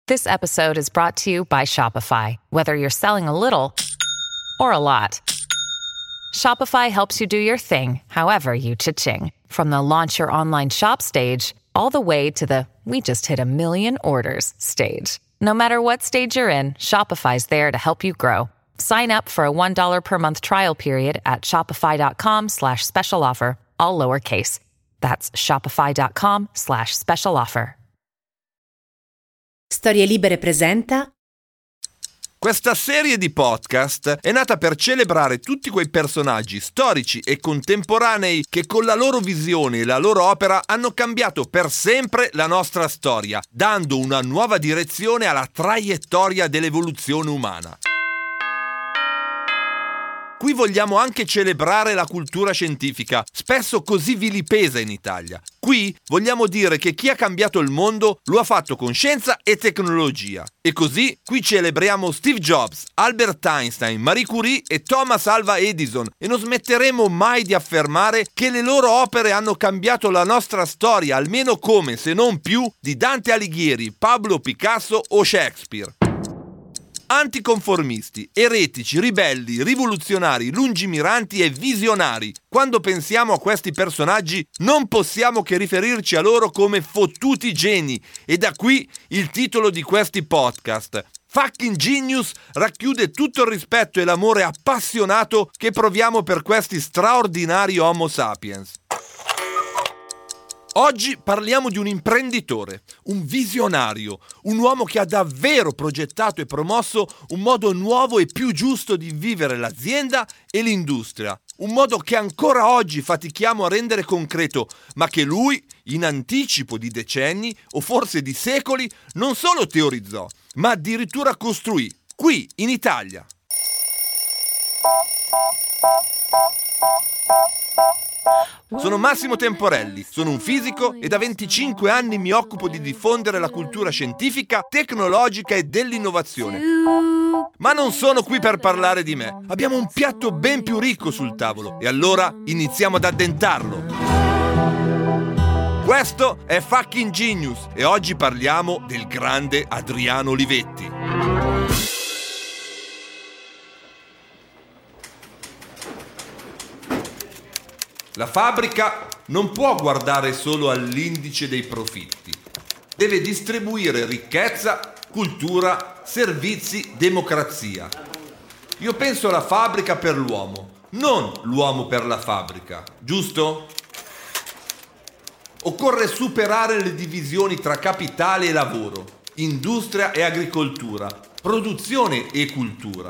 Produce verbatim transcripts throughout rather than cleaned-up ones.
This episode is brought to you by Shopify. Whether you're selling a little or a lot, Shopify helps you do your thing, however you cha-ching. From the launch your online shop stage, all the way to the we just hit a million orders stage. No matter what stage you're in, Shopify's there to help you grow. Sign up for a one dollar per month trial period at shopify.com slash special offer, all lowercase. That's shopify.com slash special offer. Storie Libere presenta. Questa serie di podcast è nata per celebrare tutti quei personaggi storici e contemporanei che con la loro visione e la loro opera hanno cambiato per sempre la nostra storia, dando una nuova direzione alla traiettoria dell'evoluzione umana. Qui vogliamo anche celebrare la cultura scientifica, spesso così vilipesa in Italia. Qui vogliamo dire che chi ha cambiato il mondo lo ha fatto con scienza e tecnologia. E così qui celebriamo Steve Jobs, Albert Einstein, Marie Curie e Thomas Alva Edison e non smetteremo mai di affermare che le loro opere hanno cambiato la nostra storia, almeno come, se non più, di Dante Alighieri, Pablo Picasso o Shakespeare. Anticonformisti, eretici, ribelli, rivoluzionari, lungimiranti e visionari. Quando pensiamo a questi personaggi non possiamo che riferirci a loro come fottuti geni e da qui il titolo di questi podcast. Fucking Genius racchiude tutto il rispetto e l'amore appassionato che proviamo per questi straordinari Homo sapiens. Oggi parliamo di un imprenditore, un visionario, un uomo che ha davvero progettato e promosso un modo nuovo e più giusto di vivere l'azienda e l'industria, un modo che ancora oggi fatichiamo a rendere concreto, ma che lui, in anticipo di decenni o forse di secoli, non solo teorizzò, ma addirittura costruì, qui in Italia. Sono Massimo Temporelli, sono un fisico e da venticinque anni mi occupo di diffondere la cultura scientifica, tecnologica e dell'innovazione. Ma non sono qui per parlare di me. Abbiamo un piatto ben più ricco sul tavolo e allora iniziamo ad addentarlo. Questo è Fucking Genius e oggi parliamo del grande Adriano Olivetti. La fabbrica non può guardare solo all'indice dei profitti. Deve distribuire ricchezza, cultura, servizi, democrazia. Io penso alla fabbrica per l'uomo, non l'uomo per la fabbrica, giusto? Occorre superare le divisioni tra capitale e lavoro, industria e agricoltura, produzione e cultura.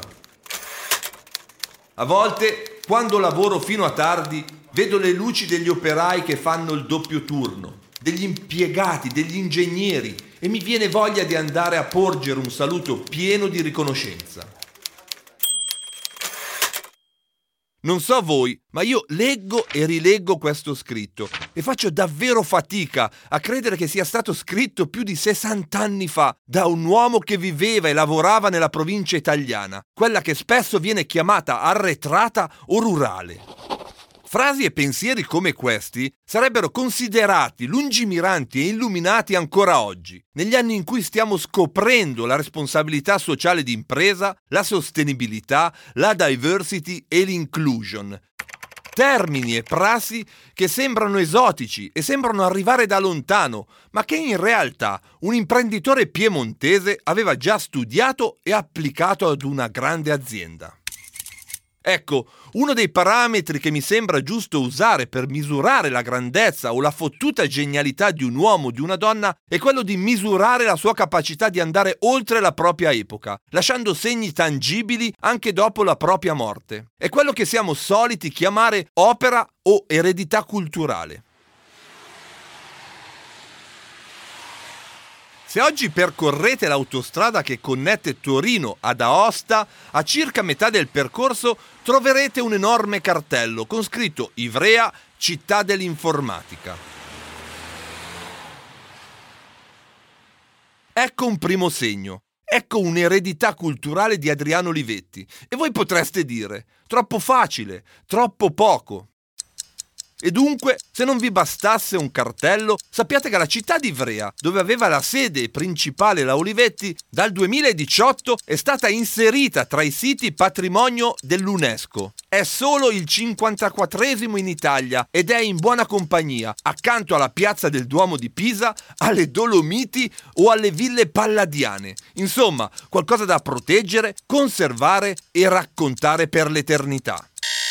A volte, quando lavoro fino a tardi, vedo le luci degli operai che fanno il doppio turno, degli impiegati, degli ingegneri e mi viene voglia di andare a porgere un saluto pieno di riconoscenza. Non so voi, ma io leggo e rileggo questo scritto e faccio davvero fatica a credere che sia stato scritto più di sessanta anni fa da un uomo che viveva e lavorava nella provincia italiana, quella che spesso viene chiamata arretrata o rurale. Frasi e pensieri come questi sarebbero considerati lungimiranti e illuminati ancora oggi, negli anni in cui stiamo scoprendo la responsabilità sociale di impresa, la sostenibilità, la diversity e l'inclusion. Termini e prassi che sembrano esotici e sembrano arrivare da lontano, ma che in realtà un imprenditore piemontese aveva già studiato e applicato ad una grande azienda. Ecco, uno dei parametri che mi sembra giusto usare per misurare la grandezza o la fottuta genialità di un uomo o di una donna è quello di misurare la sua capacità di andare oltre la propria epoca, lasciando segni tangibili anche dopo la propria morte. È quello che siamo soliti chiamare opera o eredità culturale. Se oggi percorrete l'autostrada che connette Torino ad Aosta, a circa metà del percorso troverete un enorme cartello con scritto Ivrea, città dell'informatica. Ecco un primo segno. Ecco un'eredità culturale di Adriano Olivetti. E voi potreste dire, troppo facile, troppo poco. E dunque, se non vi bastasse un cartello, sappiate che la città di Ivrea, dove aveva la sede principale la Olivetti, dal duemiladiciotto è stata inserita tra i siti patrimonio dell'UNESCO. È solo il cinquantaquattresimo in Italia ed è in buona compagnia, accanto alla piazza del Duomo di Pisa, alle Dolomiti o alle Ville Palladiane. Insomma, qualcosa da proteggere, conservare e raccontare per l'eternità.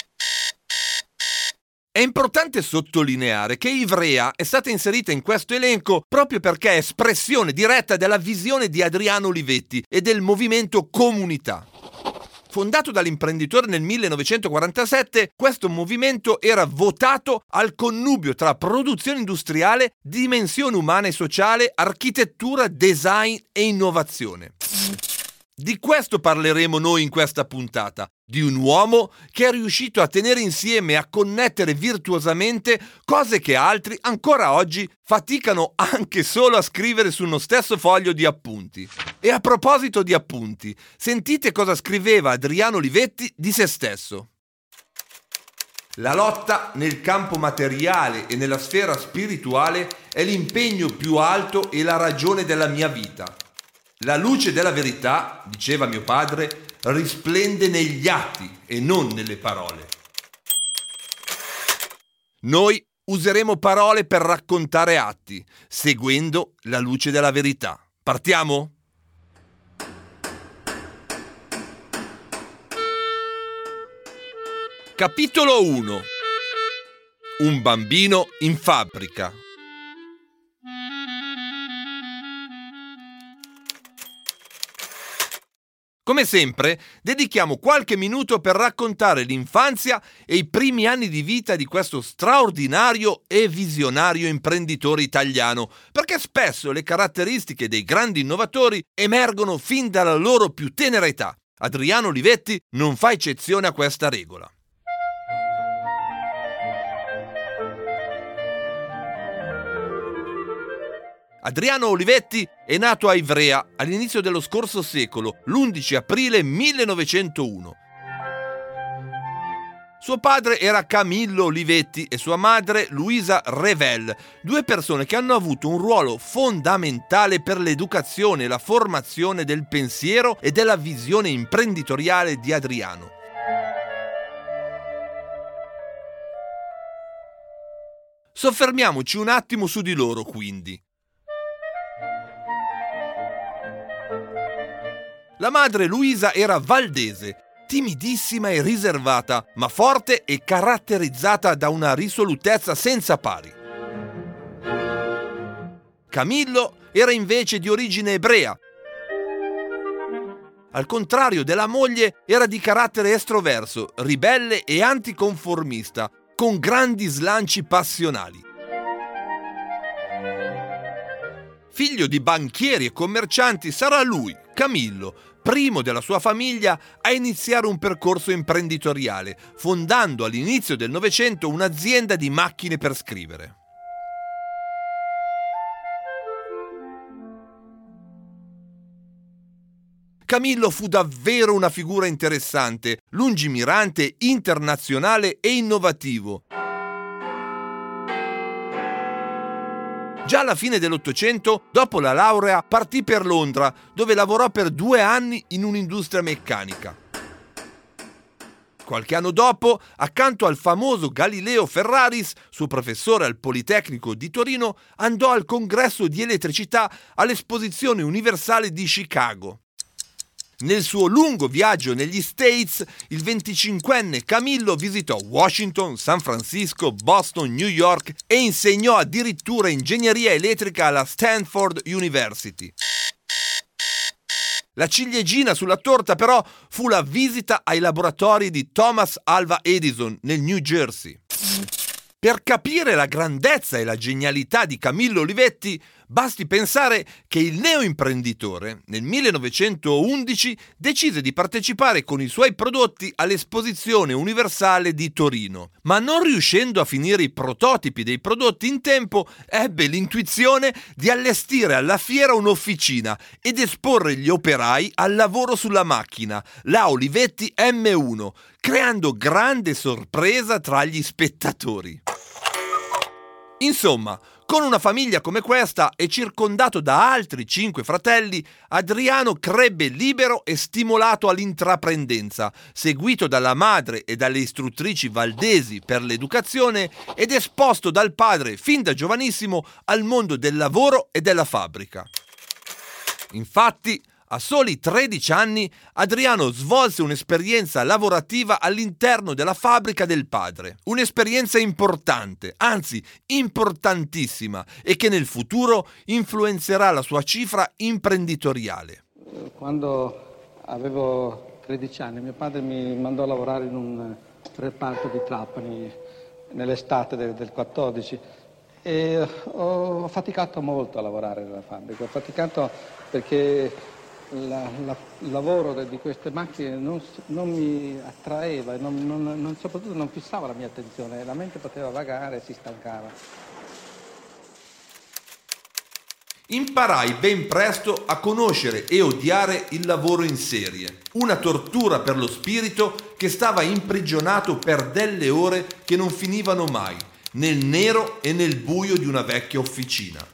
È importante sottolineare che Ivrea è stata inserita in questo elenco proprio perché è espressione diretta della visione di Adriano Olivetti e del movimento Comunità. Fondato dall'imprenditore nel millenovecentoquarantasette, questo movimento era votato al connubio tra produzione industriale, dimensione umana e sociale, architettura, design e innovazione. Di questo parleremo noi in questa puntata, di un uomo che è riuscito a tenere insieme e a connettere virtuosamente cose che altri ancora oggi faticano anche solo a scrivere su uno stesso foglio di appunti. E a proposito di appunti, sentite cosa scriveva Adriano Olivetti di se stesso. La lotta nel campo materiale e nella sfera spirituale è l'impegno più alto e la ragione della mia vita. La luce della verità, diceva mio padre, risplende negli atti e non nelle parole. Noi useremo parole per raccontare atti, seguendo la luce della verità. Partiamo? Capitolo uno. Un bambino in fabbrica. Come sempre, dedichiamo qualche minuto per raccontare l'infanzia e i primi anni di vita di questo straordinario e visionario imprenditore italiano, perché spesso le caratteristiche dei grandi innovatori emergono fin dalla loro più tenera età. Adriano Olivetti non fa eccezione a questa regola. Adriano Olivetti è nato a Ivrea all'inizio dello scorso secolo, l'undici aprile millenovecentouno. Suo padre era Camillo Olivetti e sua madre Luisa Revel, due persone che hanno avuto un ruolo fondamentale per l'educazione e la formazione del pensiero e della visione imprenditoriale di Adriano. Soffermiamoci un attimo su di loro, quindi. La madre Luisa era valdese, timidissima e riservata, ma forte e caratterizzata da una risolutezza senza pari. Camillo era invece di origine ebrea. Al contrario della moglie, era di carattere estroverso, ribelle e anticonformista, con grandi slanci passionali. Figlio di banchieri e commercianti, sarà lui, Camillo, primo della sua famiglia a iniziare un percorso imprenditoriale, fondando all'inizio del Novecento un'azienda di macchine per scrivere. Camillo fu davvero una figura interessante, lungimirante, internazionale e innovativo. Già alla fine dell'Ottocento, dopo la laurea, partì per Londra, dove lavorò per due anni in un'industria meccanica. Qualche anno dopo, accanto al famoso Galileo Ferraris, suo professore al Politecnico di Torino, andò al congresso di elettricità all'Esposizione Universale di Chicago. Nel suo lungo viaggio negli States, il venticinquenne Camillo visitò Washington, San Francisco, Boston, New York e insegnò addirittura ingegneria elettrica alla Stanford University. La ciliegina sulla torta però fu la visita ai laboratori di Thomas Alva Edison nel New Jersey. Per capire la grandezza e la genialità di Camillo Olivetti, basti pensare che il neoimprenditore nel millenovecentoundici decise di partecipare con i suoi prodotti all'Esposizione Universale di Torino, ma non riuscendo a finire i prototipi dei prodotti in tempo, ebbe l'intuizione di allestire alla fiera un'officina ed esporre gli operai al lavoro sulla macchina, la Olivetti emme uno, creando grande sorpresa tra gli spettatori. Insomma, con una famiglia come questa e circondato da altri cinque fratelli, Adriano crebbe libero e stimolato all'intraprendenza, seguito dalla madre e dalle istruttrici valdesi per l'educazione ed esposto dal padre fin da giovanissimo al mondo del lavoro e della fabbrica. Infatti, a soli tredici anni, Adriano svolse un'esperienza lavorativa all'interno della fabbrica del padre. Un'esperienza importante, anzi importantissima, e che nel futuro influenzerà la sua cifra imprenditoriale. Quando avevo tredici anni, mio padre mi mandò a lavorare in un reparto di Trapani nell'estate del, del quattordici e ho faticato molto a lavorare nella fabbrica. Ho faticato perché La, la, il lavoro di queste macchine non, non mi attraeva, non, non, non, soprattutto non fissava la mia attenzione, la mente poteva vagare e si stancava. Imparai ben presto a conoscere e odiare il lavoro in serie, una tortura per lo spirito che stava imprigionato per delle ore che non finivano mai, nel nero e nel buio di una vecchia officina.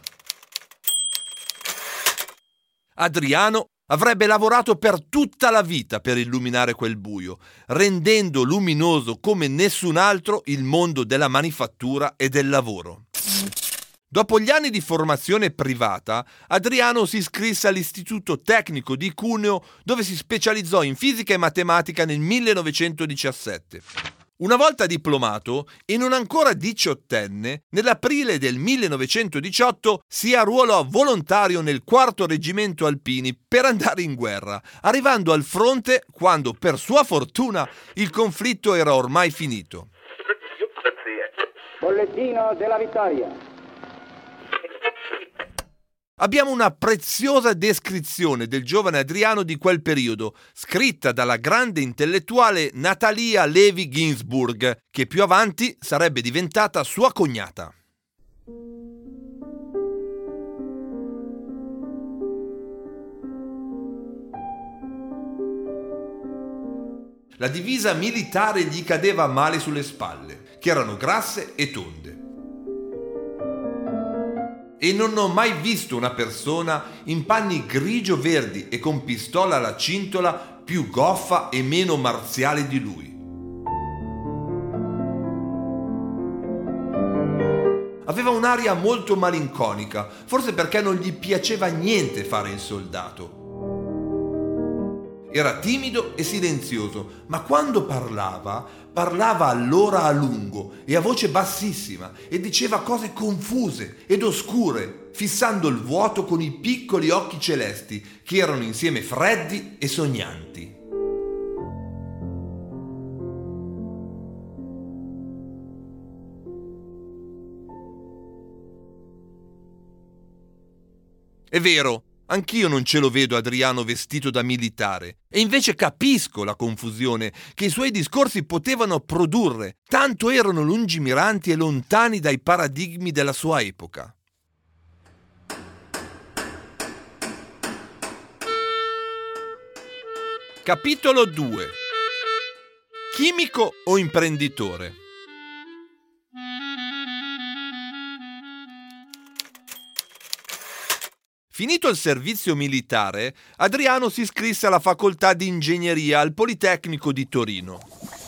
Adriano avrebbe lavorato per tutta la vita per illuminare quel buio, rendendo luminoso come nessun altro il mondo della manifattura e del lavoro. Dopo gli anni di formazione privata, Adriano si iscrisse all'Istituto Tecnico di Cuneo, dove si specializzò in fisica e matematica nel millenovecentodiciassette. Una volta diplomato e non ancora diciottenne, nell'aprile del millenovecentodiciotto si arruolò volontario nel quarto reggimento alpini per andare in guerra, arrivando al fronte quando, per sua fortuna, il conflitto era ormai finito. Bollettino della vittoria. Abbiamo una preziosa descrizione del giovane Adriano di quel periodo, scritta dalla grande intellettuale Natalia Levi Ginsburg, che più avanti sarebbe diventata sua cognata. La divisa militare gli cadeva male sulle spalle, che erano grasse e tonde. E non ho mai visto una persona in panni grigio-verdi e con pistola alla cintola più goffa e meno marziale di lui. Aveva un'aria molto malinconica, forse perché non gli piaceva niente fare il soldato. Era timido e silenzioso, ma quando parlava, parlava all'ora a lungo e a voce bassissima e diceva cose confuse ed oscure, fissando il vuoto con i piccoli occhi celesti che erano insieme freddi e sognanti. È vero, anch'io non ce lo vedo Adriano vestito da militare e invece capisco la confusione che i suoi discorsi potevano produrre, tanto erano lungimiranti e lontani dai paradigmi della sua epoca. Capitolo due. Chimico o imprenditore? Finito il servizio militare, Adriano si iscrisse alla facoltà di ingegneria al Politecnico di Torino.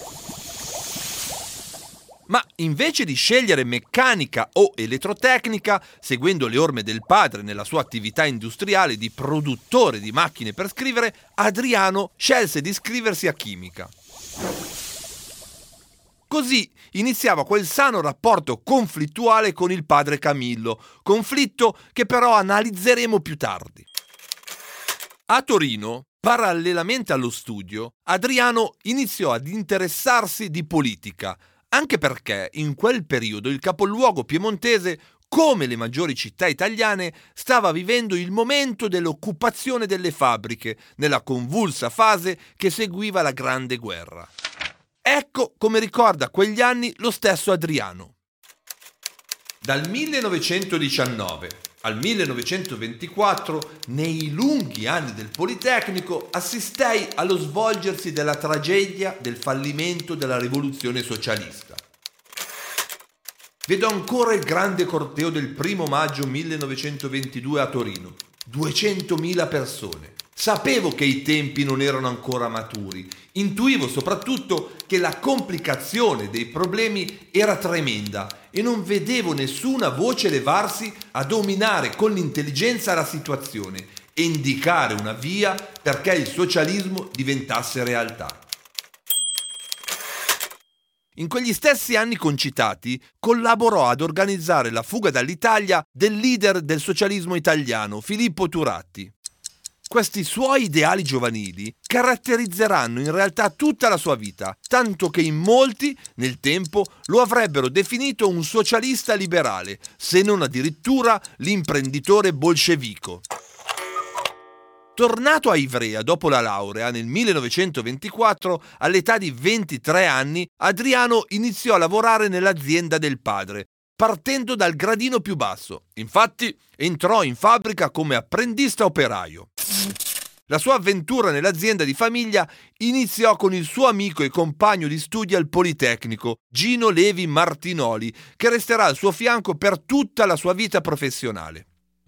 Ma invece di scegliere meccanica o elettrotecnica, seguendo le orme del padre nella sua attività industriale di produttore di macchine per scrivere, Adriano scelse di iscriversi a chimica. Così iniziava quel sano rapporto conflittuale con il padre Camillo, conflitto che però analizzeremo più tardi. A Torino, parallelamente allo studio, Adriano iniziò ad interessarsi di politica, anche perché in quel periodo il capoluogo piemontese, come le maggiori città italiane, stava vivendo il momento dell'occupazione delle fabbriche, nella convulsa fase che seguiva la Grande Guerra. Ecco come ricorda quegli anni lo stesso Adriano. Dal millenovecentodiciannove al millenovecentoventiquattro, nei lunghi anni del Politecnico, assistei allo svolgersi della tragedia del fallimento della rivoluzione socialista. Vedo ancora il grande corteo del primo maggio millenovecentoventidue a Torino. duecentomila persone. Sapevo che i tempi non erano ancora maturi. Intuivo soprattutto che la complicazione dei problemi era tremenda e non vedevo nessuna voce levarsi a dominare con l'intelligenza la situazione e indicare una via perché il socialismo diventasse realtà. In quegli stessi anni concitati collaborò ad organizzare la fuga dall'Italia del leader del socialismo italiano, Filippo Turati. Questi suoi ideali giovanili caratterizzeranno in realtà tutta la sua vita, tanto che in molti, nel tempo, lo avrebbero definito un socialista liberale, se non addirittura l'imprenditore bolscevico. Tornato a Ivrea dopo la laurea nel millenovecentoventiquattro, all'età di ventitré anni, Adriano iniziò a lavorare nell'azienda del padre, partendo dal gradino più basso. Infatti, entrò in fabbrica come apprendista operaio. La sua avventura nell'azienda di famiglia iniziò con il suo amico e compagno di studio al Politecnico, Gino Levi Martinoli, che resterà al suo fianco per tutta la sua vita professionale.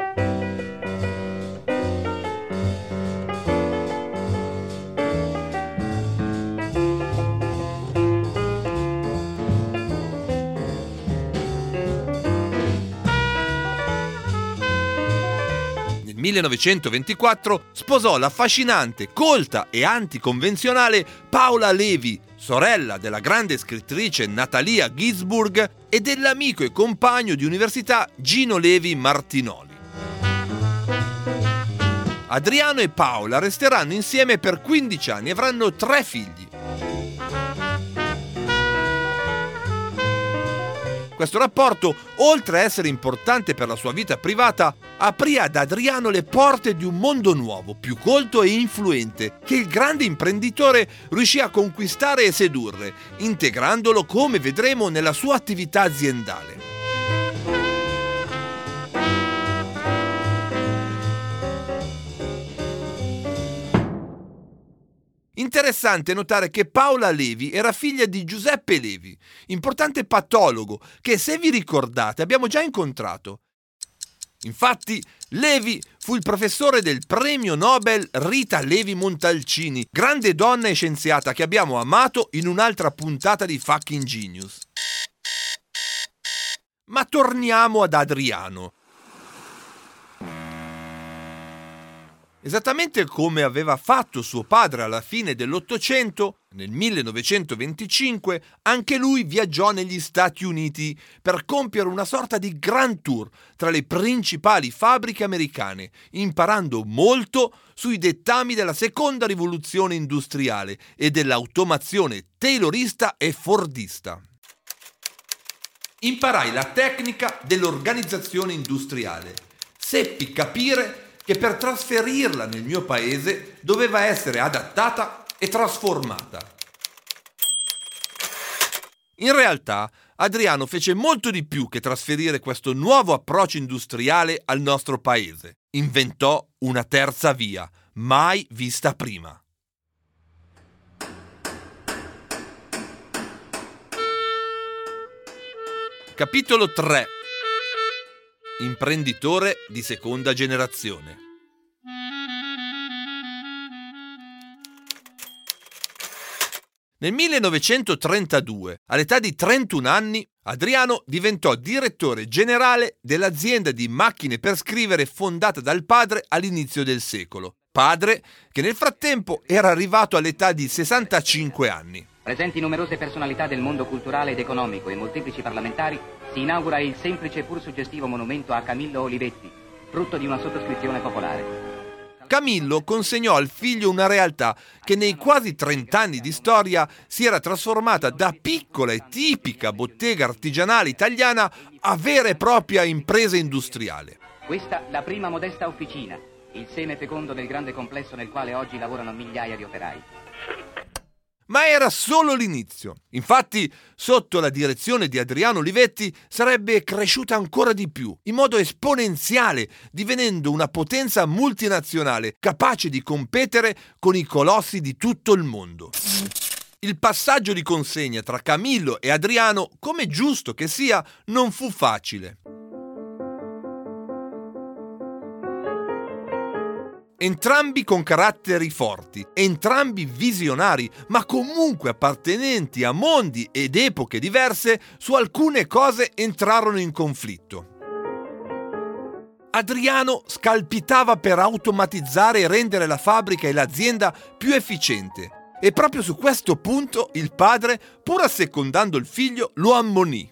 Nel millenovecentoventiquattro sposò l'affascinante, colta e anticonvenzionale Paola Levi, sorella della grande scrittrice Natalia Ginzburg e dell'amico e compagno di università Gino Levi Martinoli. Adriano e Paola resteranno insieme per quindici anni e avranno tre figli. Questo rapporto, oltre a essere importante per la sua vita privata, aprì ad Adriano le porte di un mondo nuovo, più colto e influente, che il grande imprenditore riuscì a conquistare e sedurre, integrandolo, come vedremo, nella sua attività aziendale. Interessante notare che Paola Levi era figlia di Giuseppe Levi, importante patologo che, se vi ricordate, abbiamo già incontrato. Infatti, Levi fu il professore del premio Nobel Rita Levi Montalcini, grande donna e scienziata che abbiamo amato in un'altra puntata di Fucking Genius. Ma torniamo ad Adriano. Esattamente come aveva fatto suo padre alla fine dell'Ottocento, nel millenovecentoventicinque, anche lui viaggiò negli Stati Uniti per compiere una sorta di grand tour tra le principali fabbriche americane, imparando molto sui dettami della seconda rivoluzione industriale e dell'automazione taylorista e fordista. Imparai la tecnica dell'organizzazione industriale. Seppi capire che per trasferirla nel mio paese doveva essere adattata e trasformata. In realtà, Adriano fece molto di più che trasferire questo nuovo approccio industriale al nostro paese. Inventò una terza via, mai vista prima. Capitolo tre. Imprenditore di seconda generazione. Nel millenovecentotrentadue, all'età di trentuno anni, Adriano diventò direttore generale dell'azienda di macchine per scrivere fondata dal padre all'inizio del secolo. Padre che nel frattempo era arrivato all'età di sessantacinque anni. Presenti numerose personalità del mondo culturale ed economico e molteplici parlamentari, si inaugura il semplice e pur suggestivo monumento a Camillo Olivetti, frutto di una sottoscrizione popolare. Camillo consegnò al figlio una realtà che nei quasi trent'anni di storia si era trasformata da piccola e tipica bottega artigianale italiana a vera e propria impresa industriale. Questa la prima modesta officina, il seme fecondo del grande complesso nel quale oggi lavorano migliaia di operai. Ma era solo l'inizio. Infatti, sotto la direzione di Adriano Olivetti sarebbe cresciuta ancora di più, in modo esponenziale, divenendo una potenza multinazionale capace di competere con i colossi di tutto il mondo. Il passaggio di consegna tra Camillo e Adriano, come giusto che sia, non fu facile. Entrambi con caratteri forti, entrambi visionari, ma comunque appartenenti a mondi ed epoche diverse, su alcune cose entrarono in conflitto. Adriano scalpitava per automatizzare e rendere la fabbrica e l'azienda più efficiente, e proprio su questo punto il padre, pur assecondando il figlio, lo ammonì.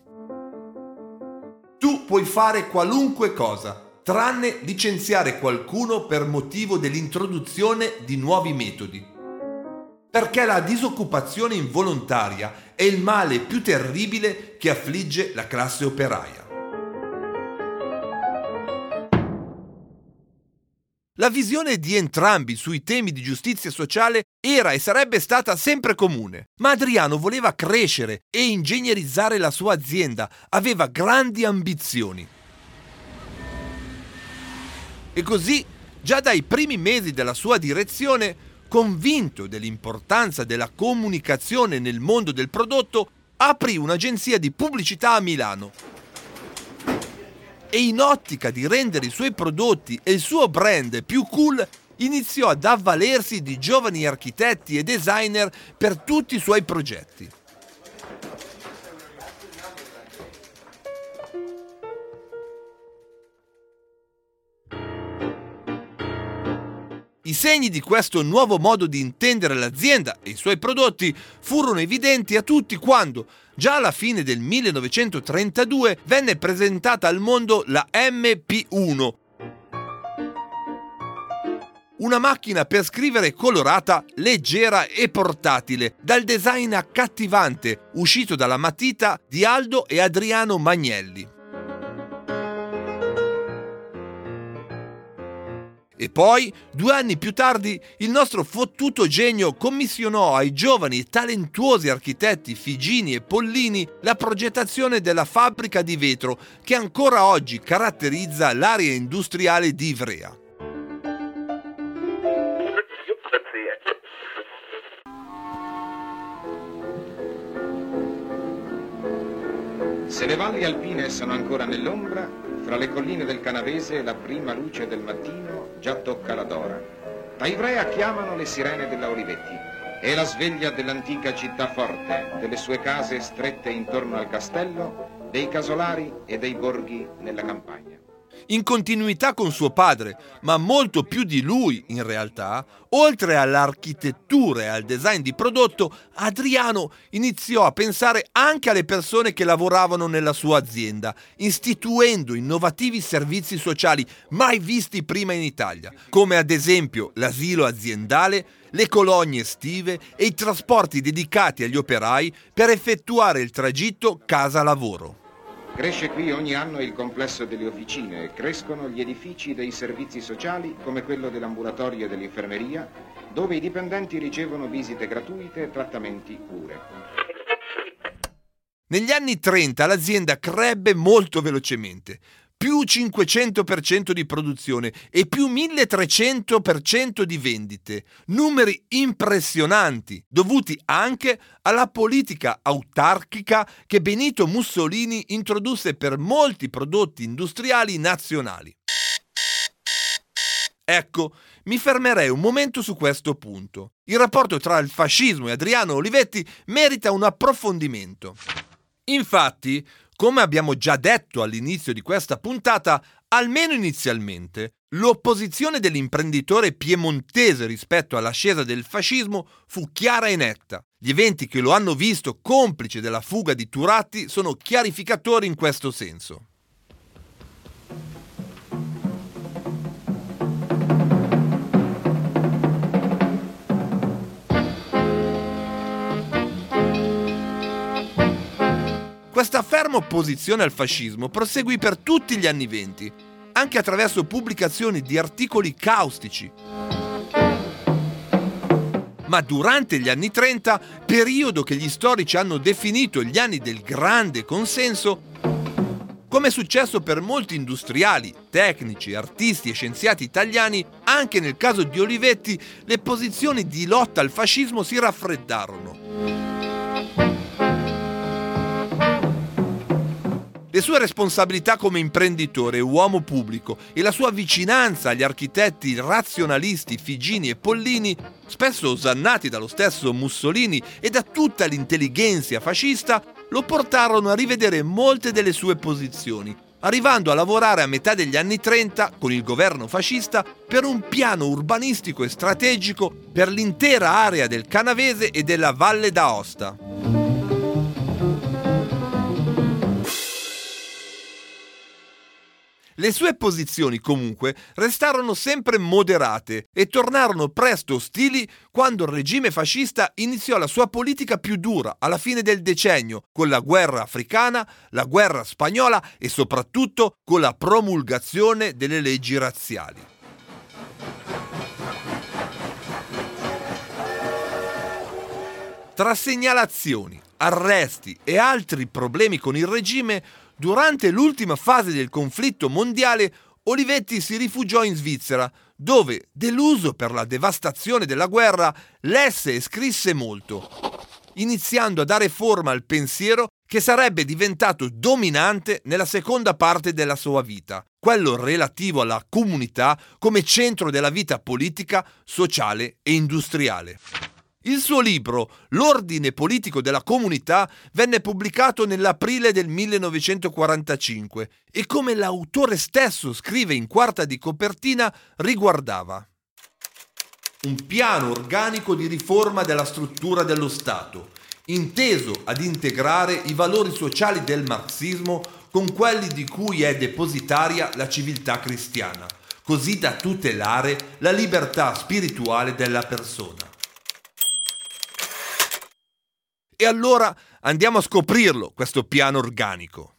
Tu puoi fare qualunque cosa, tranne licenziare qualcuno per motivo dell'introduzione di nuovi metodi. Perché la disoccupazione involontaria è il male più terribile che affligge la classe operaia. La visione di entrambi sui temi di giustizia sociale era e sarebbe stata sempre comune, ma Adriano voleva crescere e ingegnerizzare la sua azienda, aveva grandi ambizioni. E così, già dai primi mesi della sua direzione, convinto dell'importanza della comunicazione nel mondo del prodotto, aprì un'agenzia di pubblicità a Milano. E in ottica di rendere i suoi prodotti e il suo brand più cool, iniziò ad avvalersi di giovani architetti e designer per tutti i suoi progetti. I segni di questo nuovo modo di intendere l'azienda e i suoi prodotti furono evidenti a tutti quando, già alla fine del millenovecentotrentadue, venne presentata al mondo la M P uno, una macchina per scrivere colorata, leggera e portatile, dal design accattivante uscito dalla matita di Aldo e Adriano Magnelli. E poi, due anni più tardi, il nostro fottuto genio commissionò ai giovani e talentuosi architetti Figini e Pollini la progettazione della fabbrica di vetro che ancora oggi caratterizza l'area industriale di Ivrea. Se le valli alpine sono ancora nell'ombra, fra le colline del Canavese la prima luce del mattino già tocca la Dora. Da Ivrea chiamano le sirene della Olivetti. È la sveglia dell'antica città forte, delle sue case strette intorno al castello, dei casolari e dei borghi nella campagna. In continuità con suo padre, ma molto più di lui in realtà, oltre all'architettura e al design di prodotto, Adriano iniziò a pensare anche alle persone che lavoravano nella sua azienda, istituendo innovativi servizi sociali mai visti prima in Italia, come ad esempio l'asilo aziendale, le colonie estive e i trasporti dedicati agli operai per effettuare il tragitto casa-lavoro. Cresce qui ogni anno il complesso delle officine e crescono gli edifici dei servizi sociali come quello dell'ambulatorio e dell'infermeria, dove i dipendenti ricevono visite gratuite e trattamenti cure. Negli anni trenta l'azienda crebbe molto velocemente, più cinquecento per cento di produzione e più milletrecento per cento di vendite, numeri impressionanti, dovuti anche alla politica autarchica che Benito Mussolini introdusse per molti prodotti industriali nazionali. Ecco, mi fermerei un momento su questo punto. Il rapporto tra il fascismo e Adriano Olivetti merita un approfondimento. Infatti, come abbiamo già detto all'inizio di questa puntata, almeno inizialmente, l'opposizione dell'imprenditore piemontese rispetto all'ascesa del fascismo fu chiara e netta. Gli eventi che lo hanno visto complice della fuga di Turati sono chiarificatori in questo senso. Questa ferma opposizione al fascismo proseguì per tutti gli anni venti, anche attraverso pubblicazioni di articoli caustici. Ma durante gli anni trenta, periodo che gli storici hanno definito gli anni del grande consenso, come è successo per molti industriali, tecnici, artisti e scienziati italiani, anche nel caso di Olivetti, le posizioni di lotta al fascismo si raffreddarono. Le sue responsabilità come imprenditore e uomo pubblico e la sua vicinanza agli architetti razionalisti Figini e Pollini, spesso osannati dallo stesso Mussolini e da tutta l'intellighenzia fascista, lo portarono a rivedere molte delle sue posizioni, arrivando a lavorare a metà degli anni trenta con il governo fascista per un piano urbanistico e strategico per l'intera area del Canavese e della Valle d'Aosta. Le sue posizioni, comunque, restarono sempre moderate e tornarono presto ostili quando il regime fascista iniziò la sua politica più dura alla fine del decennio, con la guerra africana, la guerra spagnola e soprattutto con la promulgazione delle leggi razziali. Tra segnalazioni, arresti e altri problemi con il regime, durante l'ultima fase del conflitto mondiale, Olivetti si rifugiò in Svizzera, dove, deluso per la devastazione della guerra, lesse e scrisse molto, iniziando a dare forma al pensiero che sarebbe diventato dominante nella seconda parte della sua vita, quello relativo alla comunità come centro della vita politica, sociale e industriale. Il suo libro, L'ordine politico della comunità, venne pubblicato nell'aprile del millenovecentoquarantacinque e, come l'autore stesso scrive in quarta di copertina, riguardava un piano organico di riforma della struttura dello Stato, inteso ad integrare i valori sociali del marxismo con quelli di cui è depositaria la civiltà cristiana, così da tutelare la libertà spirituale della persona. E allora andiamo a scoprirlo, questo piano organico.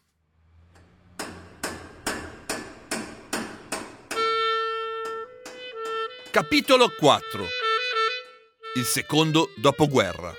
Capitolo quattro. Il secondo dopoguerra.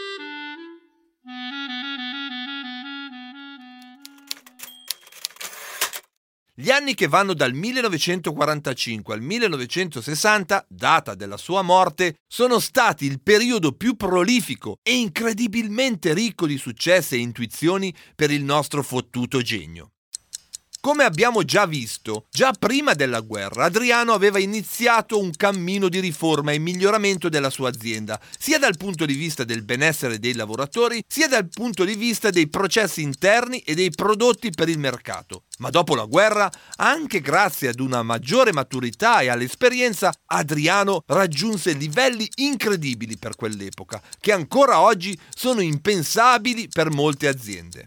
Gli anni che vanno dal millenovecentoquarantacinque al millenovecentosessanta, data della sua morte, sono stati il periodo più prolifico e incredibilmente ricco di successi e intuizioni per il nostro fottuto genio. Come abbiamo già visto, già prima della guerra Adriano aveva iniziato un cammino di riforma e miglioramento della sua azienda, sia dal punto di vista del benessere dei lavoratori, sia dal punto di vista dei processi interni e dei prodotti per il mercato. Ma dopo la guerra, anche grazie ad una maggiore maturità e all'esperienza, Adriano raggiunse livelli incredibili per quell'epoca, che ancora oggi sono impensabili per molte aziende.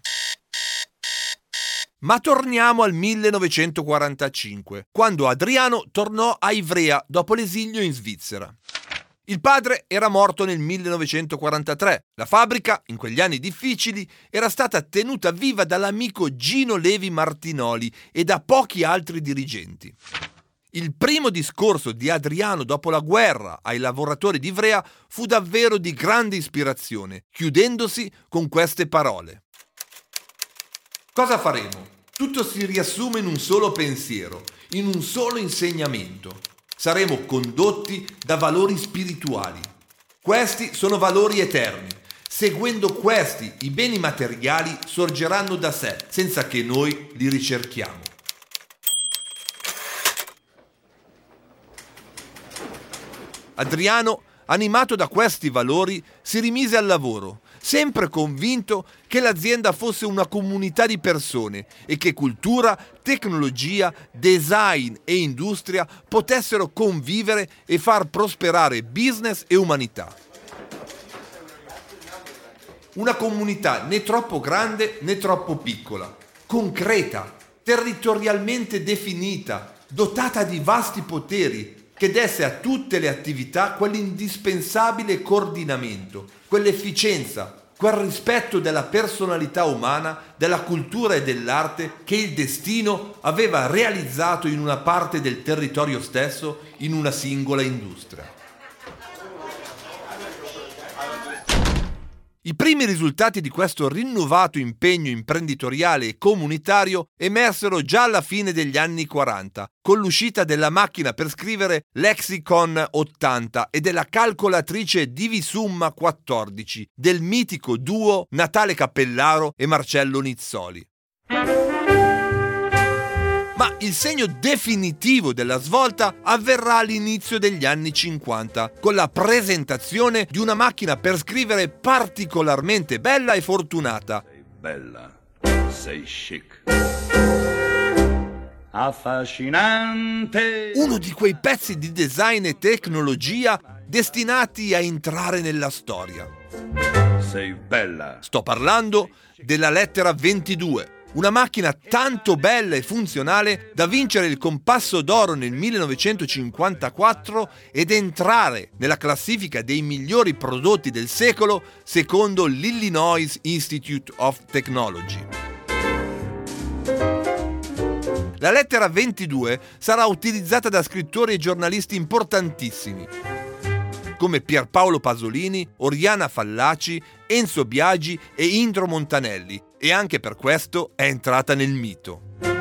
Ma torniamo al millenovecentoquarantacinque, quando Adriano tornò a Ivrea dopo l'esilio in Svizzera. Il padre era morto nel millenovecentoquarantatré. La fabbrica, in quegli anni difficili, era stata tenuta viva dall'amico Gino Levi Martinoli e da pochi altri dirigenti. Il primo discorso di Adriano dopo la guerra ai lavoratori di Ivrea fu davvero di grande ispirazione, chiudendosi con queste parole. Cosa faremo? Tutto si riassume in un solo pensiero, in un solo insegnamento. Saremo condotti da valori spirituali. Questi sono valori eterni. Seguendo questi, i beni materiali sorgeranno da sé, senza che noi li ricerchiamo. Adriano, animato da questi valori, si rimise al lavoro, sempre convinto che l'azienda fosse una comunità di persone e che cultura, tecnologia, design e industria potessero convivere e far prosperare business e umanità. Una comunità né troppo grande né troppo piccola, concreta, territorialmente definita, dotata di vasti poteri, che desse a tutte le attività quell'indispensabile coordinamento, quell'efficienza, quel rispetto della personalità umana, della cultura e dell'arte che il destino aveva realizzato in una parte del territorio stesso, in una singola industria. I primi risultati di questo rinnovato impegno imprenditoriale e comunitario emersero già alla fine degli anni quaranta, con l'uscita della macchina per scrivere Lexicon ottanta e della calcolatrice Divisumma quattordici del mitico duo Natale Cappellaro e Marcello Nizzoli. Ma il segno definitivo della svolta avverrà all'inizio degli anni cinquanta, con la presentazione di una macchina per scrivere particolarmente bella e fortunata. Sei bella, sei chic, affascinante. Uno di quei pezzi di design e tecnologia destinati a entrare nella storia. Sei bella. Sto parlando della Lettera ventidue. Una macchina tanto bella e funzionale da vincere il Compasso d'Oro nel millenovecentocinquantaquattro ed entrare nella classifica dei migliori prodotti del secolo secondo l'Illinois Institute of Technology. La Lettera ventidue sarà utilizzata da scrittori e giornalisti importantissimi come Pierpaolo Pasolini, Oriana Fallaci, Enzo Biagi e Indro Montanelli, e anche per questo è entrata nel mito.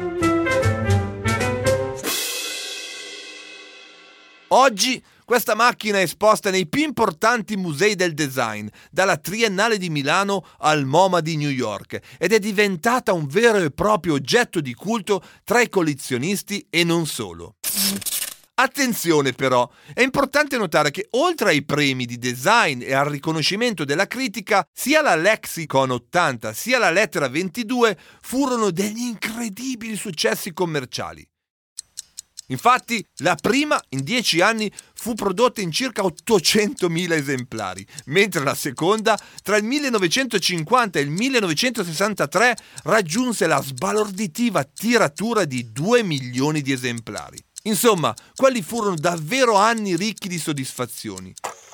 Oggi questa macchina è esposta nei più importanti musei del design, dalla Triennale di Milano al MoMA di New York, ed è diventata un vero e proprio oggetto di culto tra i collezionisti e non solo. Attenzione però, è importante notare che oltre ai premi di design e al riconoscimento della critica, sia la Lexicon ottanta sia la Lettera ventidue furono degli incredibili successi commerciali. Infatti, la prima in dieci anni fu prodotta in circa ottocentomila esemplari, mentre la seconda, tra il millenovecentocinquanta e il millenovecentosessantatré, raggiunse la sbalorditiva tiratura di due milioni di esemplari. Insomma, quelli furono davvero anni ricchi di soddisfazioni.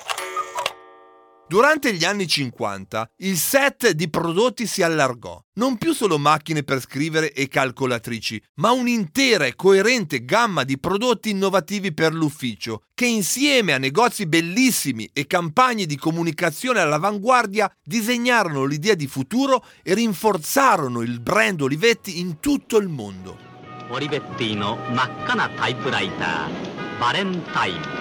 Durante gli anni cinquanta, il set di prodotti si allargò. Non più solo macchine per scrivere e calcolatrici, ma un'intera e coerente gamma di prodotti innovativi per l'ufficio, che insieme a negozi bellissimi e campagne di comunicazione all'avanguardia disegnarono l'idea di futuro e rinforzarono il brand Olivetti in tutto il mondo. Olivettino, maccana typewriter, Valentine.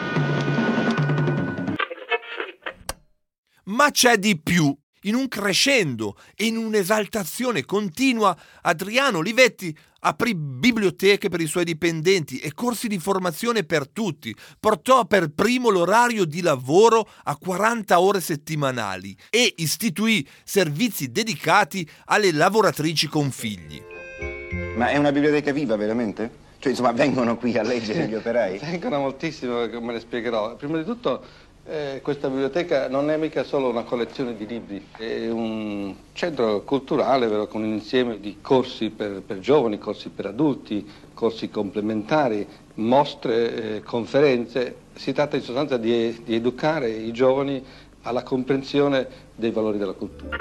Ma c'è di più. In un crescendo e in un'esaltazione continua, Adriano Olivetti aprì biblioteche per i suoi dipendenti e corsi di formazione per tutti, portò per primo l'orario di lavoro a quaranta ore settimanali e istituì servizi dedicati alle lavoratrici con figli. Ma è una biblioteca viva, veramente? Cioè, insomma, vengono qui a leggere gli operai? Vengono moltissimo, come le spiegherò. Prima di tutto, eh, questa biblioteca non è mica solo una collezione di libri, è un centro culturale, vero, con un insieme di corsi per, per giovani, corsi per adulti, corsi complementari, mostre, eh, conferenze. Si tratta in sostanza di, di educare i giovani alla comprensione dei valori della cultura.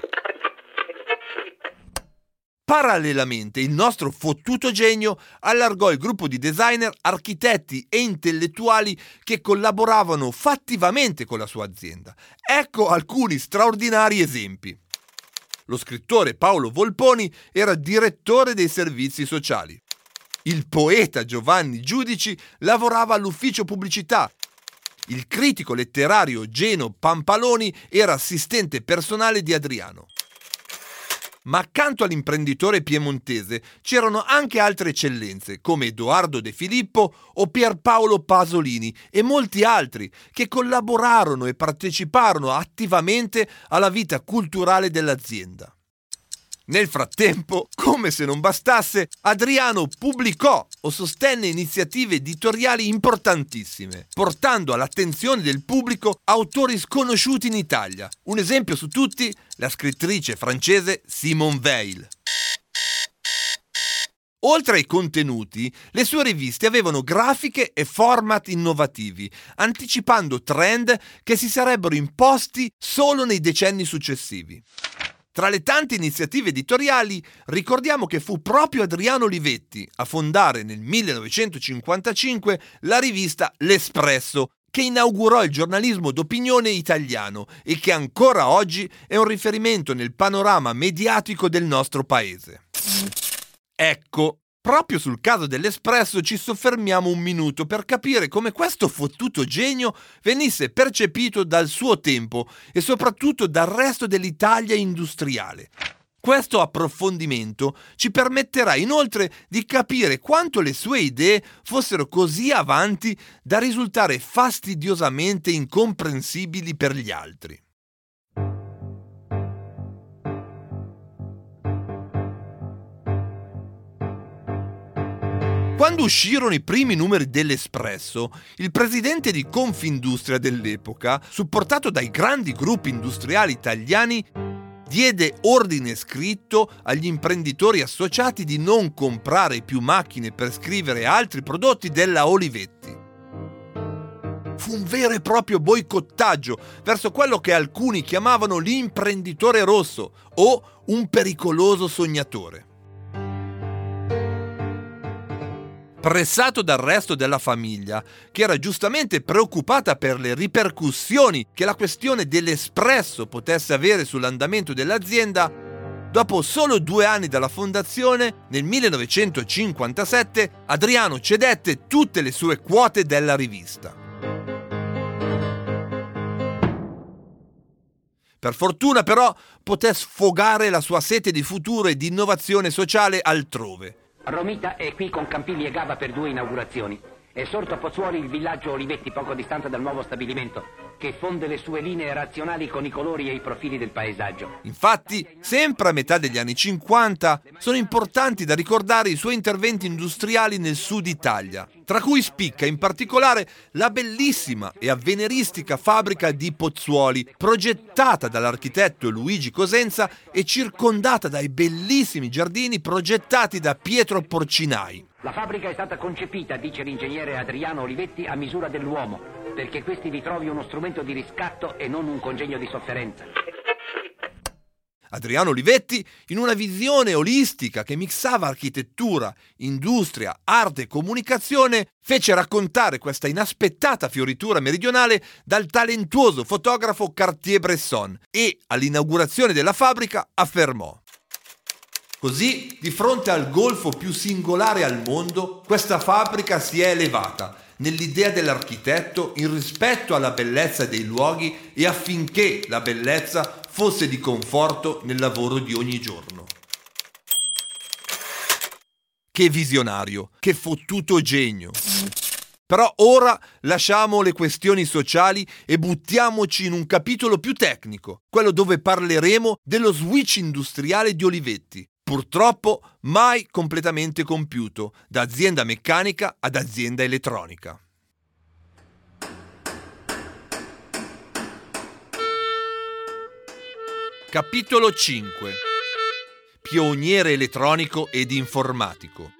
Parallelamente, il nostro fottuto genio allargò il gruppo di designer, architetti e intellettuali che collaboravano fattivamente con la sua azienda. Ecco alcuni straordinari esempi. Lo scrittore Paolo Volponi era direttore dei servizi sociali. Il poeta Giovanni Giudici lavorava all'ufficio pubblicità. Il critico letterario Geno Pampaloni era assistente personale di Adriano. Ma accanto all'imprenditore piemontese c'erano anche altre eccellenze come Edoardo De Filippo o Pierpaolo Pasolini e molti altri che collaborarono e parteciparono attivamente alla vita culturale dell'azienda. Nel frattempo, come se non bastasse, Adriano pubblicò o sostenne iniziative editoriali importantissime, portando all'attenzione del pubblico autori sconosciuti in Italia. Un esempio su tutti, la scrittrice francese Simone Weil. Oltre ai contenuti, le sue riviste avevano grafiche e format innovativi, anticipando trend che si sarebbero imposti solo nei decenni successivi. Tra le tante iniziative editoriali, ricordiamo che fu proprio Adriano Olivetti a fondare nel millenovecentocinquantacinque la rivista L'Espresso, che inaugurò il giornalismo d'opinione italiano e che ancora oggi è un riferimento nel panorama mediatico del nostro paese. Ecco, proprio sul caso dell'Espresso ci soffermiamo un minuto per capire come questo fottuto genio venisse percepito dal suo tempo e soprattutto dal resto dell'Italia industriale. Questo approfondimento ci permetterà inoltre di capire quanto le sue idee fossero così avanti da risultare fastidiosamente incomprensibili per gli altri. Quando uscirono i primi numeri dell'Espresso, il presidente di Confindustria dell'epoca, supportato dai grandi gruppi industriali italiani, diede ordine scritto agli imprenditori associati di non comprare più macchine per scrivere altri prodotti della Olivetti. Fu un vero e proprio boicottaggio verso quello che alcuni chiamavano l'imprenditore rosso o un pericoloso sognatore. Pressato dal resto della famiglia, che era giustamente preoccupata per le ripercussioni che la questione dell'Espresso potesse avere sull'andamento dell'azienda, dopo solo due anni dalla fondazione, nel millenovecentocinquantasette, Adriano cedette tutte le sue quote della rivista. Per fortuna però poté sfogare la sua sete di futuro e di innovazione sociale altrove. Romita è qui con Campilli e Gava per due inaugurazioni. È sorto a Pozzuoli il villaggio Olivetti poco distante dal nuovo stabilimento, che fonde le sue linee razionali con i colori e i profili del paesaggio. Infatti, sempre a metà degli anni cinquanta, sono importanti da ricordare i suoi interventi industriali nel sud Italia, tra cui spicca in particolare la bellissima e avveniristica fabbrica di Pozzuoli, progettata dall'architetto Luigi Cosenza e circondata dai bellissimi giardini progettati da Pietro Porcinai. La fabbrica è stata concepita, dice l'ingegnere Adriano Olivetti, a misura dell'uomo, perché questi vi trovi uno strumento di riscatto e non un congegno di sofferenza. Adriano Olivetti, in una visione olistica che mixava architettura, industria, arte e comunicazione, fece raccontare questa inaspettata fioritura meridionale dal talentuoso fotografo Cartier-Bresson e, all'inaugurazione della fabbrica, affermò: così, di fronte al golfo più singolare al mondo, questa fabbrica si è elevata nell'idea dell'architetto in rispetto alla bellezza dei luoghi e affinché la bellezza fosse di conforto nel lavoro di ogni giorno. Che visionario, che fottuto genio! Però ora lasciamo le questioni sociali e buttiamoci in un capitolo più tecnico, quello dove parleremo dello switch industriale di Olivetti, purtroppo mai completamente compiuto, da azienda meccanica ad azienda elettronica. Capitolo cinque. Pioniere elettronico ed informatico.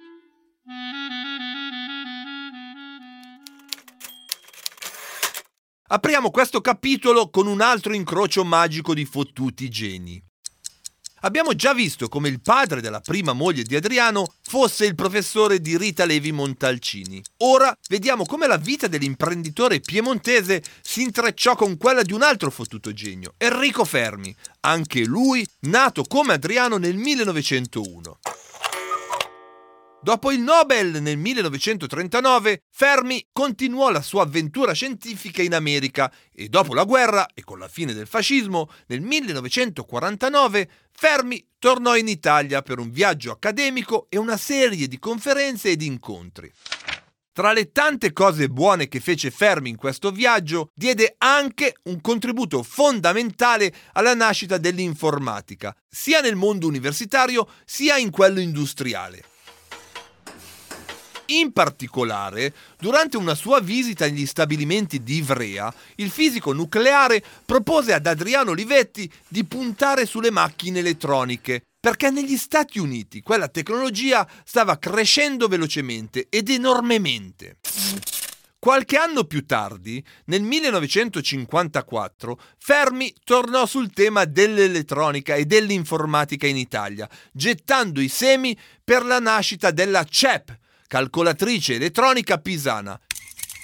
Apriamo questo capitolo con un altro incrocio magico di fottuti geni. Abbiamo già visto come il padre della prima moglie di Adriano fosse il professore di Rita Levi Montalcini. Ora vediamo come la vita dell'imprenditore piemontese si intrecciò con quella di un altro fottuto genio, Enrico Fermi, anche lui nato come Adriano nel millenovecentouno. Dopo il Nobel nel millenovecentotrentanove, Fermi continuò la sua avventura scientifica in America e dopo la guerra e con la fine del fascismo, nel millenovecentoquarantanove, Fermi tornò in Italia per un viaggio accademico e una serie di conferenze ed incontri. Tra le tante cose buone che fece Fermi in questo viaggio, diede anche un contributo fondamentale alla nascita dell'informatica, sia nel mondo universitario sia in quello industriale. In particolare, durante una sua visita agli stabilimenti di Ivrea, il fisico nucleare propose ad Adriano Olivetti di puntare sulle macchine elettroniche, perché negli Stati Uniti quella tecnologia stava crescendo velocemente ed enormemente. Qualche anno più tardi, nel millenovecentocinquantaquattro, Fermi tornò sul tema dell'elettronica e dell'informatica in Italia, gettando i semi per la nascita della C E P, calcolatrice elettronica pisana,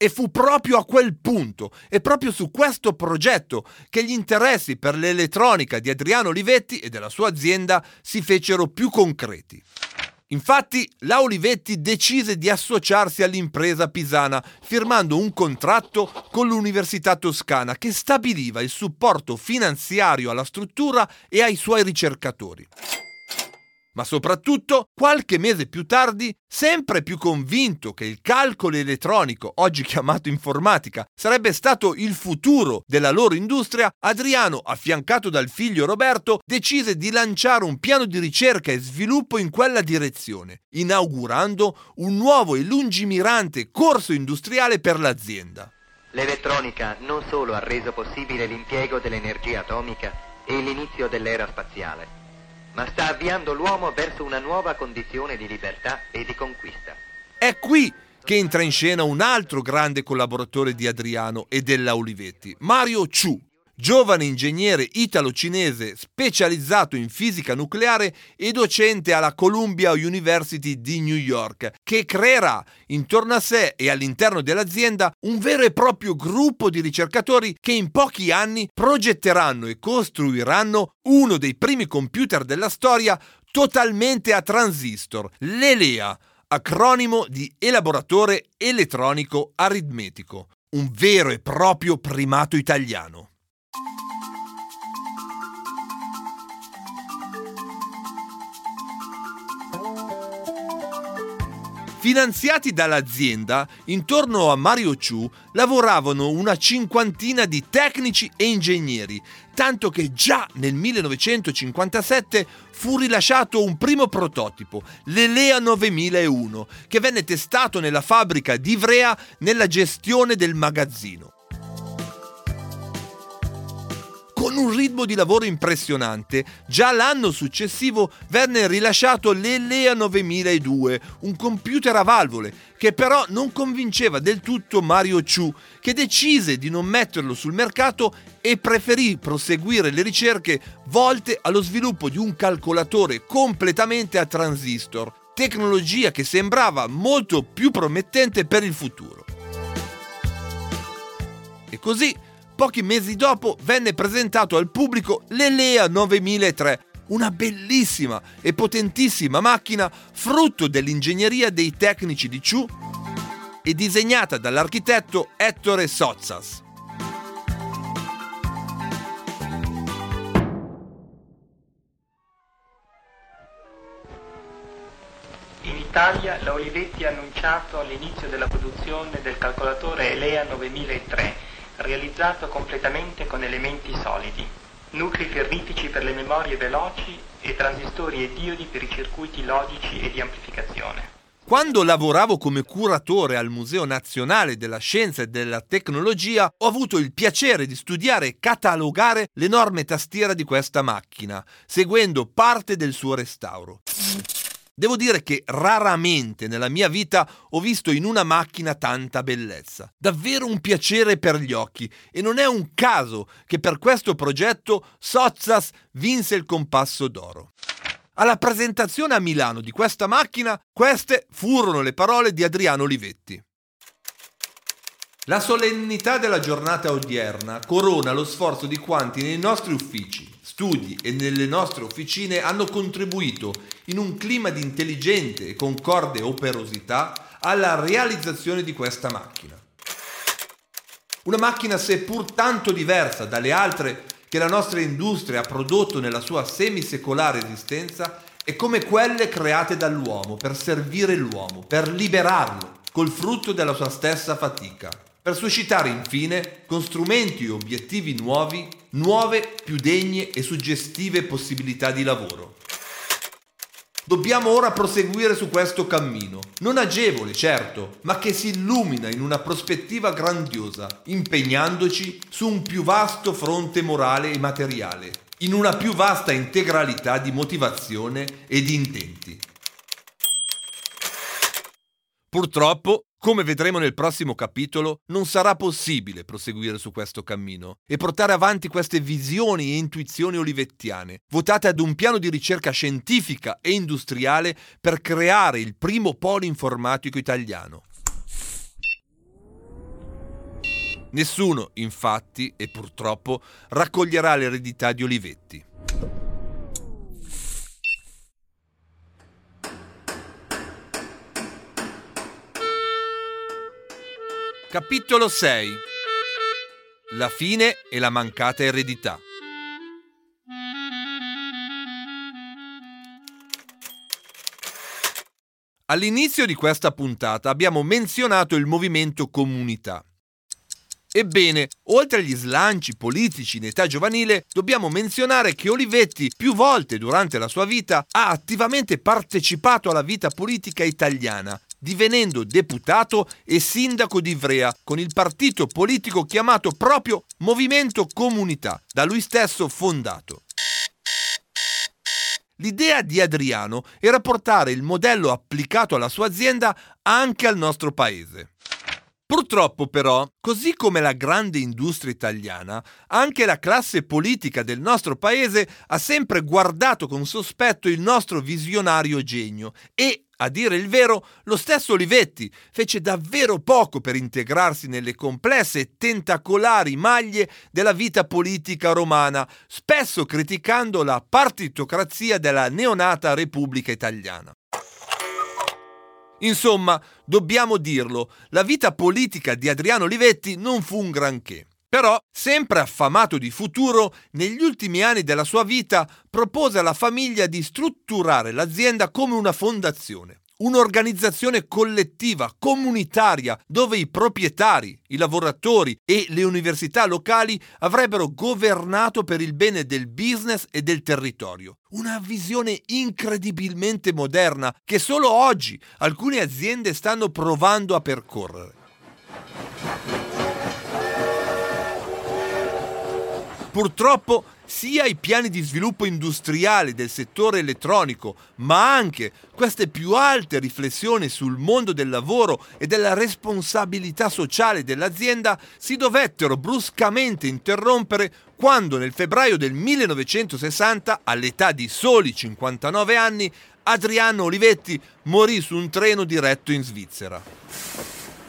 E fu proprio a quel punto e proprio su questo progetto che gli interessi per l'elettronica di Adriano Olivetti e della sua azienda si fecero più concreti. Infatti, la Olivetti decise di associarsi all'impresa pisana, firmando un contratto con l'Università Toscana che stabiliva il supporto finanziario alla struttura e ai suoi ricercatori. Ma soprattutto, qualche mese più tardi, sempre più convinto che il calcolo elettronico, oggi chiamato informatica, sarebbe stato il futuro della loro industria, Adriano, affiancato dal figlio Roberto, decise di lanciare un piano di ricerca e sviluppo in quella direzione, inaugurando un nuovo e lungimirante corso industriale per l'azienda. L'elettronica non solo ha reso possibile l'impiego dell'energia atomica e l'inizio dell'era spaziale, ma sta avviando l'uomo verso una nuova condizione di libertà e di conquista. È qui che entra in scena un altro grande collaboratore di Adriano e della Olivetti, Mario Chu, giovane ingegnere italo-cinese specializzato in fisica nucleare e docente alla Columbia University di New York, che creerà intorno a sé e all'interno dell'azienda un vero e proprio gruppo di ricercatori che in pochi anni progetteranno e costruiranno uno dei primi computer della storia totalmente a transistor, l'E L E A, acronimo di elaboratore elettronico aritmetico, un vero e proprio primato italiano. Finanziati dall'azienda, intorno a Mario Chu lavoravano una cinquantina di tecnici e ingegneri, tanto che già nel millenovecentocinquantasette fu rilasciato un primo prototipo, l'E L E A novemilauno, che venne testato nella fabbrica di Ivrea nella gestione del magazzino. Con un ritmo di lavoro impressionante, già l'anno successivo venne rilasciato l'E L E A novemiladue, un computer a valvole, che però non convinceva del tutto Mario Chu, che decise di non metterlo sul mercato e preferì proseguire le ricerche volte allo sviluppo di un calcolatore completamente a transistor, tecnologia che sembrava molto più promettente per il futuro. E così, pochi mesi dopo venne presentato al pubblico l'E L E A novemilatré, una bellissima e potentissima macchina frutto dell'ingegneria dei tecnici di Chu e disegnata dall'architetto Ettore Sottsass. In Italia la Olivetti ha annunciato l'inizio della produzione del calcolatore E L E A novemilatré, realizzato completamente con elementi solidi, nuclei ferritici per le memorie veloci e transistori e diodi per i circuiti logici e di amplificazione. Quando lavoravo come curatore al Museo Nazionale della Scienza e della Tecnologia, ho avuto il piacere di studiare e catalogare l'enorme tastiera di questa macchina, seguendo parte del suo restauro. Devo dire che raramente nella mia vita ho visto in una macchina tanta bellezza. Davvero un piacere per gli occhi, e non è un caso che per questo progetto Sottsass vinse il Compasso d'Oro. Alla presentazione a Milano di questa macchina, queste furono le parole di Adriano Olivetti. La solennità della giornata odierna corona lo sforzo di quanti nei nostri uffici, studi e nelle nostre officine hanno contribuito in un clima di intelligente e concorde operosità alla realizzazione di questa macchina. Una macchina seppur tanto diversa dalle altre che la nostra industria ha prodotto nella sua semisecolare esistenza è come quelle create dall'uomo per servire l'uomo, per liberarlo col frutto della sua stessa fatica, per suscitare infine con strumenti e obiettivi nuovi, nuove, più degne e suggestive possibilità di lavoro. Dobbiamo ora proseguire su questo cammino, non agevole certo, ma che si illumina in una prospettiva grandiosa, impegnandoci su un più vasto fronte morale e materiale, in una più vasta integralità di motivazione e di intenti. Purtroppo, come vedremo nel prossimo capitolo, non sarà possibile proseguire su questo cammino e portare avanti queste visioni e intuizioni olivettiane, votate ad un piano di ricerca scientifica e industriale per creare il primo polo informatico italiano. Nessuno, infatti, e purtroppo, raccoglierà l'eredità di Olivetti. Capitolo sei. La fine e la mancata eredità. All'inizio di questa puntata abbiamo menzionato il movimento Comunità. Ebbene, oltre agli slanci politici in età giovanile, dobbiamo menzionare che Olivetti più volte durante la sua vita ha attivamente partecipato alla vita politica italiana, divenendo deputato e sindaco di Ivrea con il partito politico chiamato proprio Movimento Comunità, da lui stesso fondato. L'idea di Adriano era portare il modello applicato alla sua azienda anche al nostro paese. Purtroppo però, così come la grande industria italiana, anche la classe politica del nostro paese ha sempre guardato con sospetto il nostro visionario genio e, a dire il vero, lo stesso Olivetti fece davvero poco per integrarsi nelle complesse e tentacolari maglie della vita politica romana, spesso criticando la partitocrazia della neonata Repubblica Italiana. Insomma, dobbiamo dirlo, la vita politica di Adriano Olivetti non fu un granché. Però, sempre affamato di futuro, negli ultimi anni della sua vita propose alla famiglia di strutturare l'azienda come una fondazione, un'organizzazione collettiva, comunitaria, dove i proprietari, i lavoratori e le università locali avrebbero governato per il bene del business e del territorio. Una visione incredibilmente moderna che solo oggi alcune aziende stanno provando a percorrere. Purtroppo sia i piani di sviluppo industriale del settore elettronico, ma anche queste più alte riflessioni sul mondo del lavoro e della responsabilità sociale dell'azienda si dovettero bruscamente interrompere quando nel febbraio del millenovecentosessanta, all'età di soli cinquantanove anni, Adriano Olivetti morì su un treno diretto in Svizzera.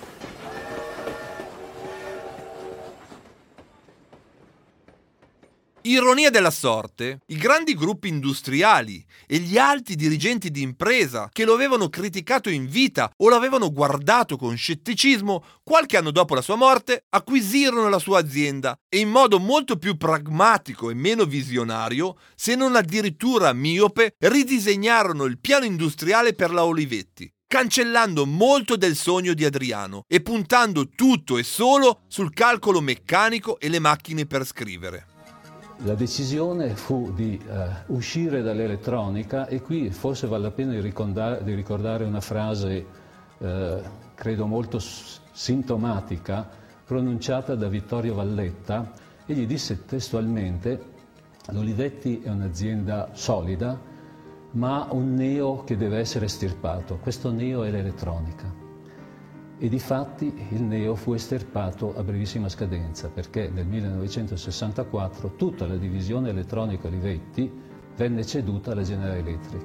Ironia della sorte, i grandi gruppi industriali e gli alti dirigenti di impresa che lo avevano criticato in vita o lo avevano guardato con scetticismo, qualche anno dopo la sua morte acquisirono la sua azienda e in modo molto più pragmatico e meno visionario, se non addirittura miope, ridisegnarono il piano industriale per la Olivetti, cancellando molto del sogno di Adriano e puntando tutto e solo sul calcolo meccanico e le macchine per scrivere. La decisione fu di uh, uscire dall'elettronica e qui forse vale la pena di ricordare, di ricordare una frase, uh, credo molto s- sintomatica, pronunciata da Vittorio Valletta. Egli disse testualmente: l'Olivetti è un'azienda solida, ma un neo che deve essere estirpato. Questo neo è l'elettronica. E difatti il neo fu estirpato a brevissima scadenza, perché nel millenovecentosessantaquattro tutta la divisione elettronica Olivetti venne ceduta alla General Electric.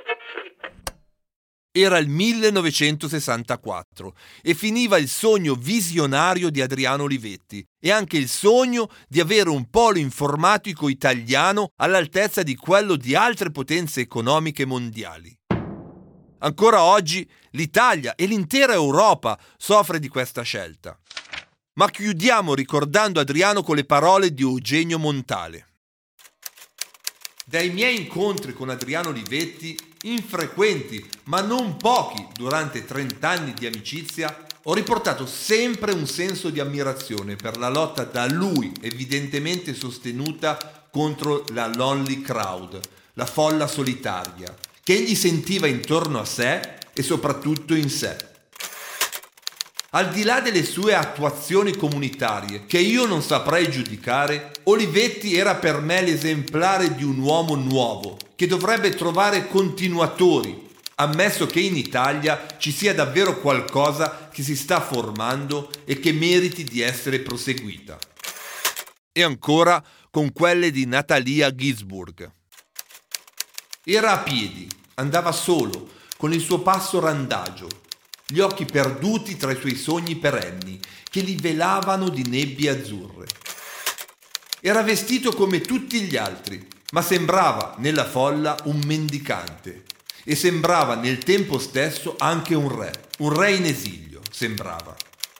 Era il millenovecentosessantaquattro e finiva il sogno visionario di Adriano Olivetti e anche il sogno di avere un polo informatico italiano all'altezza di quello di altre potenze economiche mondiali. Ancora oggi l'Italia e l'intera Europa soffre di questa scelta. Ma chiudiamo ricordando Adriano con le parole di Eugenio Montale. Dai miei incontri con Adriano Olivetti, infrequenti ma non pochi durante trent'anni di amicizia, ho riportato sempre un senso di ammirazione per la lotta da lui evidentemente sostenuta contro la lonely crowd, la folla solitaria, che egli sentiva intorno a sé e soprattutto in sé. Al di là delle sue attuazioni comunitarie, che io non saprei giudicare, Olivetti era per me l'esemplare di un uomo nuovo, che dovrebbe trovare continuatori, ammesso che in Italia ci sia davvero qualcosa che si sta formando e che meriti di essere proseguita. E ancora con quelle di Natalia Ginzburg. Era a piedi, andava solo, con il suo passo randagio. gli occhi perduti tra i suoi sogni perenni, che li velavano di nebbie azzurre. Era vestito come tutti gli altri, ma sembrava nella folla un mendicante e sembrava nel tempo stesso anche un re, un re in esilio, sembrava.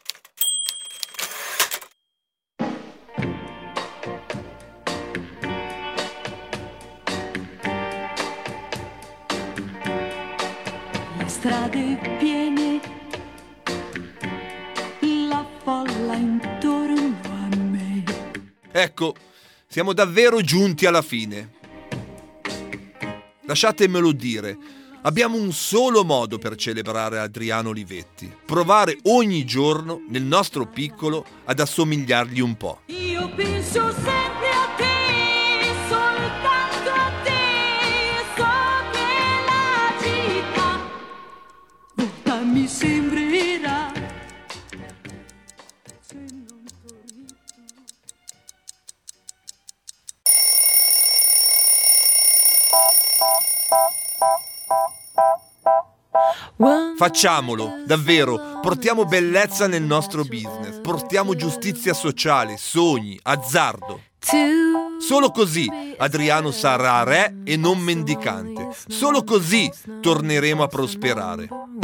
Le strade piene, la folla intorno a me. Ecco, siamo davvero giunti alla fine. Lasciatemelo dire, abbiamo un solo modo per celebrare Adriano Olivetti: provare ogni giorno, nel nostro piccolo, ad assomigliargli un po'. Io penso sempre a te, soltanto a te, so che la città volta mi sembrerà. Se non torni Facciamolo, davvero, portiamo bellezza nel nostro business, portiamo giustizia sociale, sogni, azzardo. Solo così Adriano sarà re e non mendicante. Solo così torneremo a prosperare.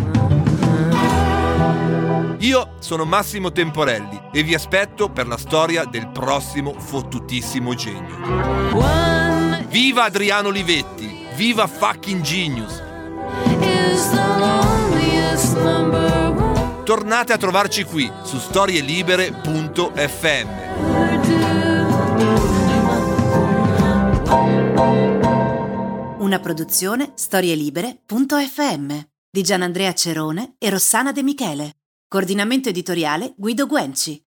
Io sono Massimo Temporelli e vi aspetto per la storia del prossimo fottutissimo genio. Viva Adriano Olivetti! Viva fucking genius! Tornate a trovarci qui su storielibere punto effe emme. Una produzione storielibere punto effe emme di Gianandrea Cerone e Rossana De Michele. Coordinamento editoriale Guido Guenci.